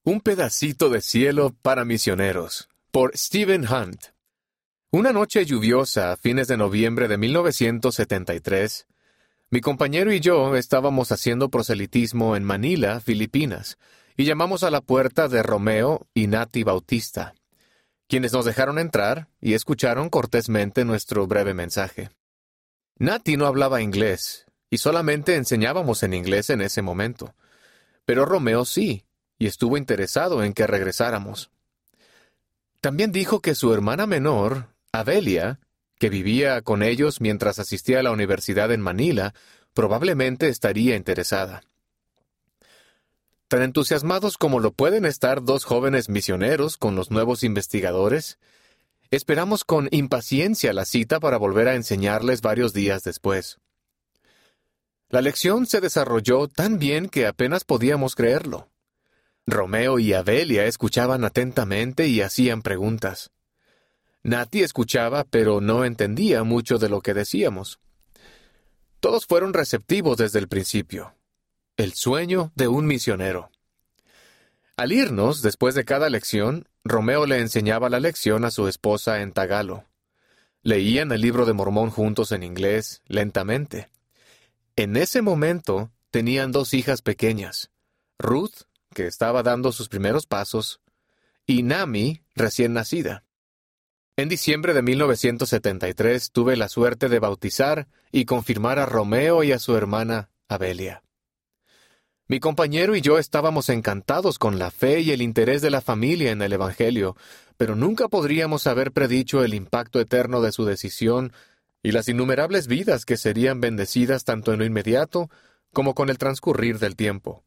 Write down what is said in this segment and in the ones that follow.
Un pedacito de cielo para misioneros, por Stephen Hunt. Una noche lluviosa a fines de noviembre de 1973, mi compañero y yo estábamos haciendo proselitismo en Manila, Filipinas, y llamamos a la puerta de Romeo y Nati Bautista, quienes nos dejaron entrar y escucharon cortésmente nuestro breve mensaje. Nati no hablaba inglés, y solamente enseñábamos en inglés en ese momento, pero Romeo sí, y estuvo interesado en que regresáramos. También dijo que su hermana menor, Abelia, que vivía con ellos mientras asistía a la universidad en Manila, probablemente estaría interesada. Tan entusiasmados como lo pueden estar dos jóvenes misioneros con los nuevos investigadores, esperamos con impaciencia la cita para volver a enseñarles varios días después. La lección se desarrolló tan bien que apenas podíamos creerlo. Romeo y Abelia escuchaban atentamente y hacían preguntas. Nati escuchaba, pero no entendía mucho de lo que decíamos. Todos fueron receptivos desde el principio. El sueño de un misionero. Al irnos, después de cada lección, Romeo le enseñaba la lección a su esposa en tagalo. Leían el libro de Mormón juntos en inglés, lentamente. En ese momento, tenían dos hijas pequeñas, Ruth, que estaba dando sus primeros pasos, y Nami, recién nacida. En diciembre de 1973 tuve la suerte de bautizar y confirmar a Romeo y a su hermana Abelia. Mi compañero y yo estábamos encantados con la fe y el interés de la familia en el Evangelio, pero nunca podríamos haber predicho el impacto eterno de su decisión y las innumerables vidas que serían bendecidas tanto en lo inmediato como con el transcurrir del tiempo.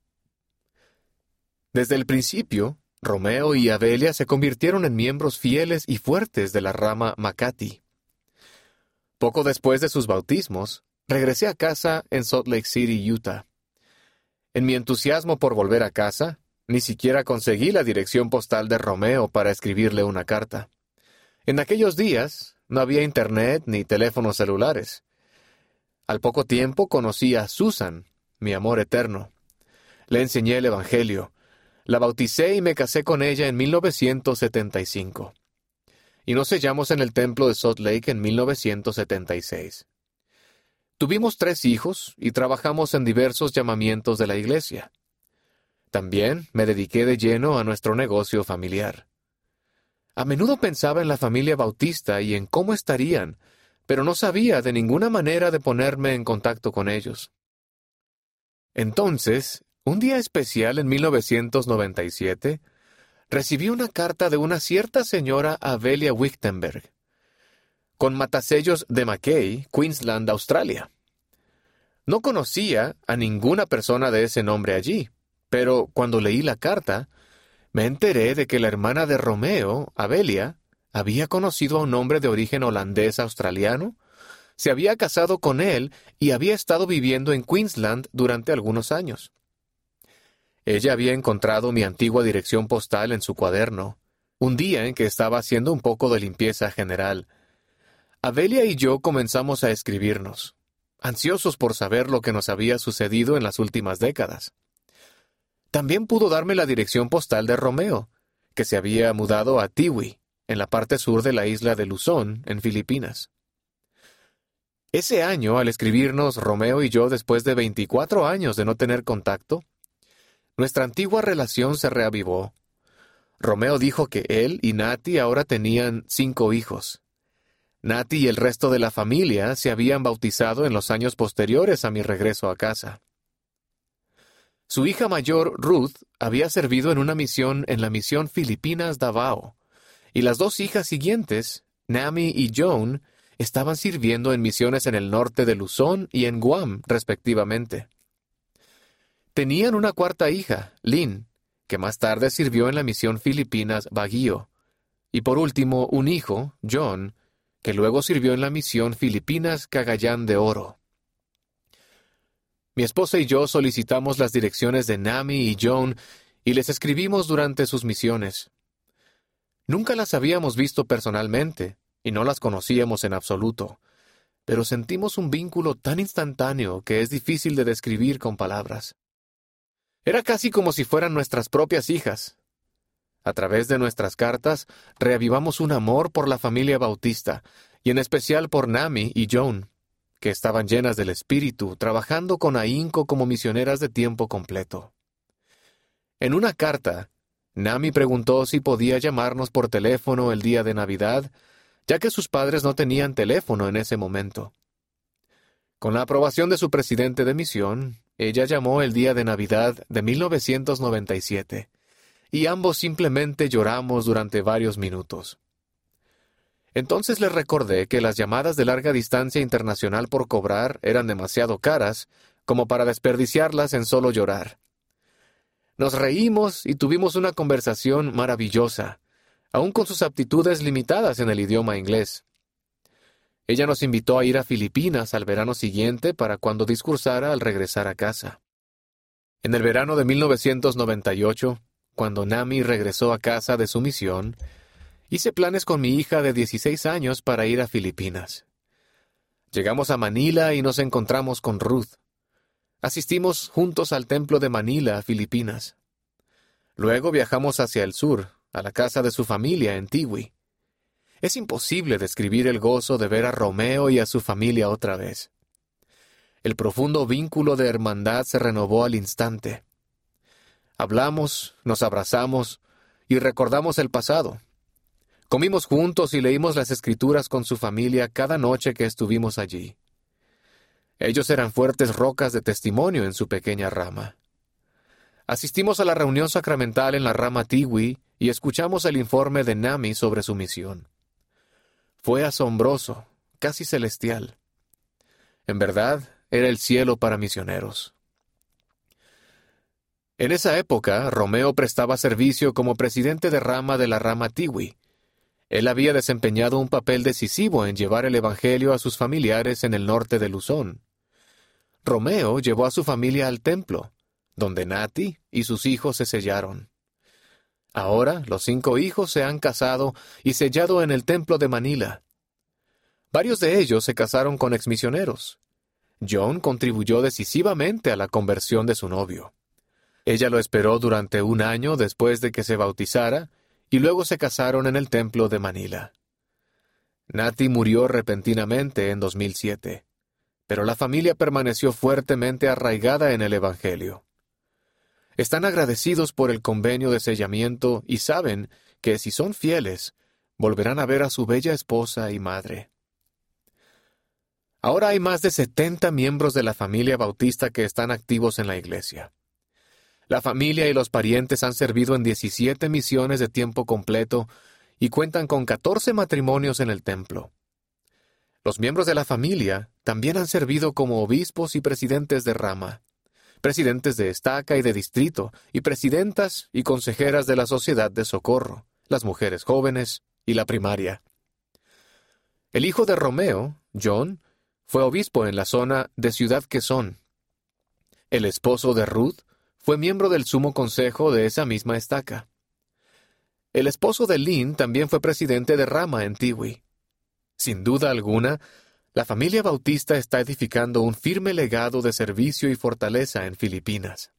Desde el principio, Romeo y Abelia se convirtieron en miembros fieles y fuertes de la rama Makati. Poco después de sus bautismos, regresé a casa en Salt Lake City, Utah. En mi entusiasmo por volver a casa, ni siquiera conseguí la dirección postal de Romeo para escribirle una carta. En aquellos días, no había internet ni teléfonos celulares. Al poco tiempo conocí a Susan, mi amor eterno. Le enseñé el Evangelio. La bauticé y me casé con ella en 1975. Y nos sellamos en el templo de Salt Lake en 1976. Tuvimos 3 hijos y trabajamos en diversos llamamientos de la iglesia. También me dediqué de lleno a nuestro negocio familiar. A menudo pensaba en la familia Bautista y en cómo estarían, pero no sabía de ninguna manera de ponerme en contacto con ellos. Entonces, un día especial en 1997, recibí una carta de una cierta señora Abelia Wichtenberg, con matasellos de Mackay, Queensland, Australia. No conocía a ninguna persona de ese nombre allí, pero cuando leí la carta, me enteré de que la hermana de Romeo, Abelia, había conocido a un hombre de origen holandés-australiano, se había casado con él y había estado viviendo en Queensland durante algunos años. Ella había encontrado mi antigua dirección postal en su cuaderno, un día en que estaba haciendo un poco de limpieza general. Abelia y yo comenzamos a escribirnos, ansiosos por saber lo que nos había sucedido en las últimas décadas. También pudo darme la dirección postal de Romeo, que se había mudado a Tiwi, en la parte sur de la isla de Luzón, en Filipinas. Ese año, al escribirnos Romeo y yo después de 24 años de no tener contacto, nuestra antigua relación se reavivó. Romeo dijo que él y Nati ahora tenían 5 hijos. Nati y el resto de la familia se habían bautizado en los años posteriores a mi regreso a casa. Su hija mayor, Ruth, había servido en una misión en la misión Filipinas Davao, y las 2 hijas siguientes, Nami y Joan, estaban sirviendo en misiones en el norte de Luzón y en Guam, respectivamente. Tenían una 4ª hija, Lynn, que más tarde sirvió en la misión Filipinas Baguio, y por último un hijo, John, que luego sirvió en la misión Filipinas Cagayán de Oro. Mi esposa y yo solicitamos las direcciones de Nami y Joan y les escribimos durante sus misiones. Nunca las habíamos visto personalmente y no las conocíamos en absoluto, pero sentimos un vínculo tan instantáneo que es difícil de describir con palabras. Era casi como si fueran nuestras propias hijas. A través de nuestras cartas, reavivamos un amor por la familia Bautista, y en especial por Nami y Joan, que estaban llenas del Espíritu, trabajando con ahínco como misioneras de tiempo completo. En una carta, Nami preguntó si podía llamarnos por teléfono el día de Navidad, ya que sus padres no tenían teléfono en ese momento. Con la aprobación de su presidente de misión, ella llamó el día de Navidad de 1997, y ambos simplemente lloramos durante varios minutos. Entonces les recordé que las llamadas de larga distancia internacional por cobrar eran demasiado caras como para desperdiciarlas en solo llorar. Nos reímos y tuvimos una conversación maravillosa, aun con sus aptitudes limitadas en el idioma inglés. Ella nos invitó a ir a Filipinas al verano siguiente para cuando discursara al regresar a casa. En el verano de 1998, cuando Nami regresó a casa de su misión, hice planes con mi hija de 16 años para ir a Filipinas. Llegamos a Manila y nos encontramos con Ruth. Asistimos juntos al templo de Manila, Filipinas. Luego viajamos hacia el sur, a la casa de su familia en Tiwi. Es imposible describir el gozo de ver a Romeo y a su familia otra vez. El profundo vínculo de hermandad se renovó al instante. Hablamos, nos abrazamos y recordamos el pasado. Comimos juntos y leímos las Escrituras con su familia cada noche que estuvimos allí. Ellos eran fuertes rocas de testimonio en su pequeña rama. Asistimos a la reunión sacramental en la rama Tiwi y escuchamos el informe de Nami sobre su misión. Fue asombroso, casi celestial. En verdad, era el cielo para misioneros. En esa época, Romeo prestaba servicio como presidente de rama de la rama Tiwi. Él había desempeñado un papel decisivo en llevar el evangelio a sus familiares en el norte de Luzón. Romeo llevó a su familia al templo, donde Nati y sus hijos se sellaron. Ahora, los 5 hijos se han casado y sellado en el templo de Manila. Varios de ellos se casaron con exmisioneros. Joan contribuyó decisivamente a la conversión de su novio. Ella lo esperó durante 1 año después de que se bautizara, y luego se casaron en el templo de Manila. Nati murió repentinamente en 2007, pero la familia permaneció fuertemente arraigada en el Evangelio. Están agradecidos por el convenio de sellamiento y saben que si son fieles, volverán a ver a su bella esposa y madre. Ahora hay más de 70 miembros de la familia bautista que están activos en la iglesia. La familia y los parientes han servido en 17 misiones de tiempo completo y cuentan con 14 matrimonios en el templo. Los miembros de la familia también han servido como obispos y presidentes de rama, presidentes de estaca y de distrito, y presidentas y consejeras de la Sociedad de Socorro, las mujeres jóvenes y la primaria. El hijo de Romeo, John, fue obispo en la zona de Ciudad Quezón. El esposo de Ruth fue miembro del Sumo Consejo de esa misma estaca. El esposo de Lynn también fue presidente de rama en Tiwi. Sin duda alguna, la familia bautista está edificando un firme legado de servicio y fortaleza en Filipinas.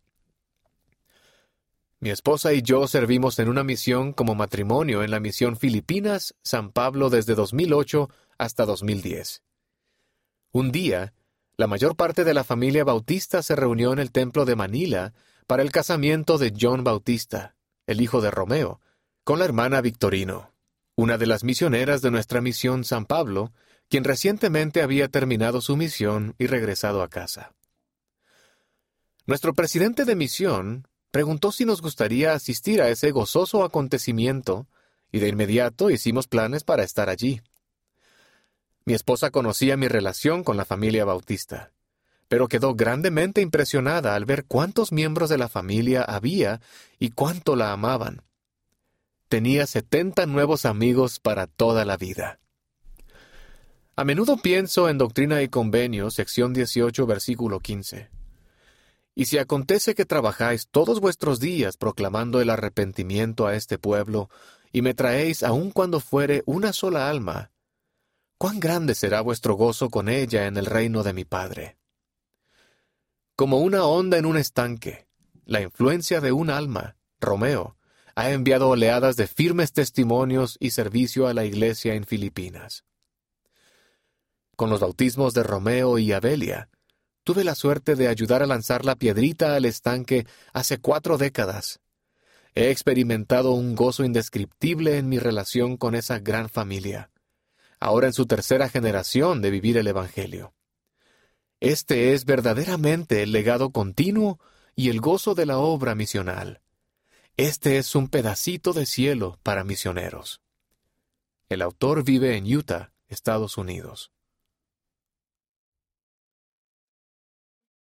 Mi esposa y yo servimos en una misión como matrimonio en la misión Filipinas, San Pablo desde 2008 hasta 2010. Un día, la mayor parte de la familia bautista se reunió en el templo de Manila para el casamiento de John Bautista, el hijo de Romeo, con la hermana Victorino, una de las misioneras de nuestra misión San Pablo, quien recientemente había terminado su misión y regresado a casa. Nuestro presidente de misión preguntó si nos gustaría asistir a ese gozoso acontecimiento, y de inmediato hicimos planes para estar allí. Mi esposa conocía mi relación con la familia bautista, pero quedó grandemente impresionada al ver cuántos miembros de la familia había y cuánto la amaban. Tenía 70 nuevos amigos para toda la vida. A menudo pienso en Doctrina y Convenios, sección 18, versículo 15. Y si acontece que trabajáis todos vuestros días proclamando el arrepentimiento a este pueblo, y me traéis aun cuando fuere una sola alma, ¿cuán grande será vuestro gozo con ella en el reino de mi Padre? Como una onda en un estanque, La influencia de un alma, Romeo, ha enviado oleadas de firmes testimonios y servicio a la iglesia en Filipinas. Con los bautismos de Romeo y Abelia, tuve la suerte de ayudar a lanzar la piedrita al estanque hace 4 décadas. He experimentado un gozo indescriptible en mi relación con esa gran familia, ahora en su 3ª generación de vivir el Evangelio. Este es verdaderamente el legado continuo y el gozo de la obra misional. Este es un pedacito de cielo para misioneros. El autor vive en Utah, Estados Unidos.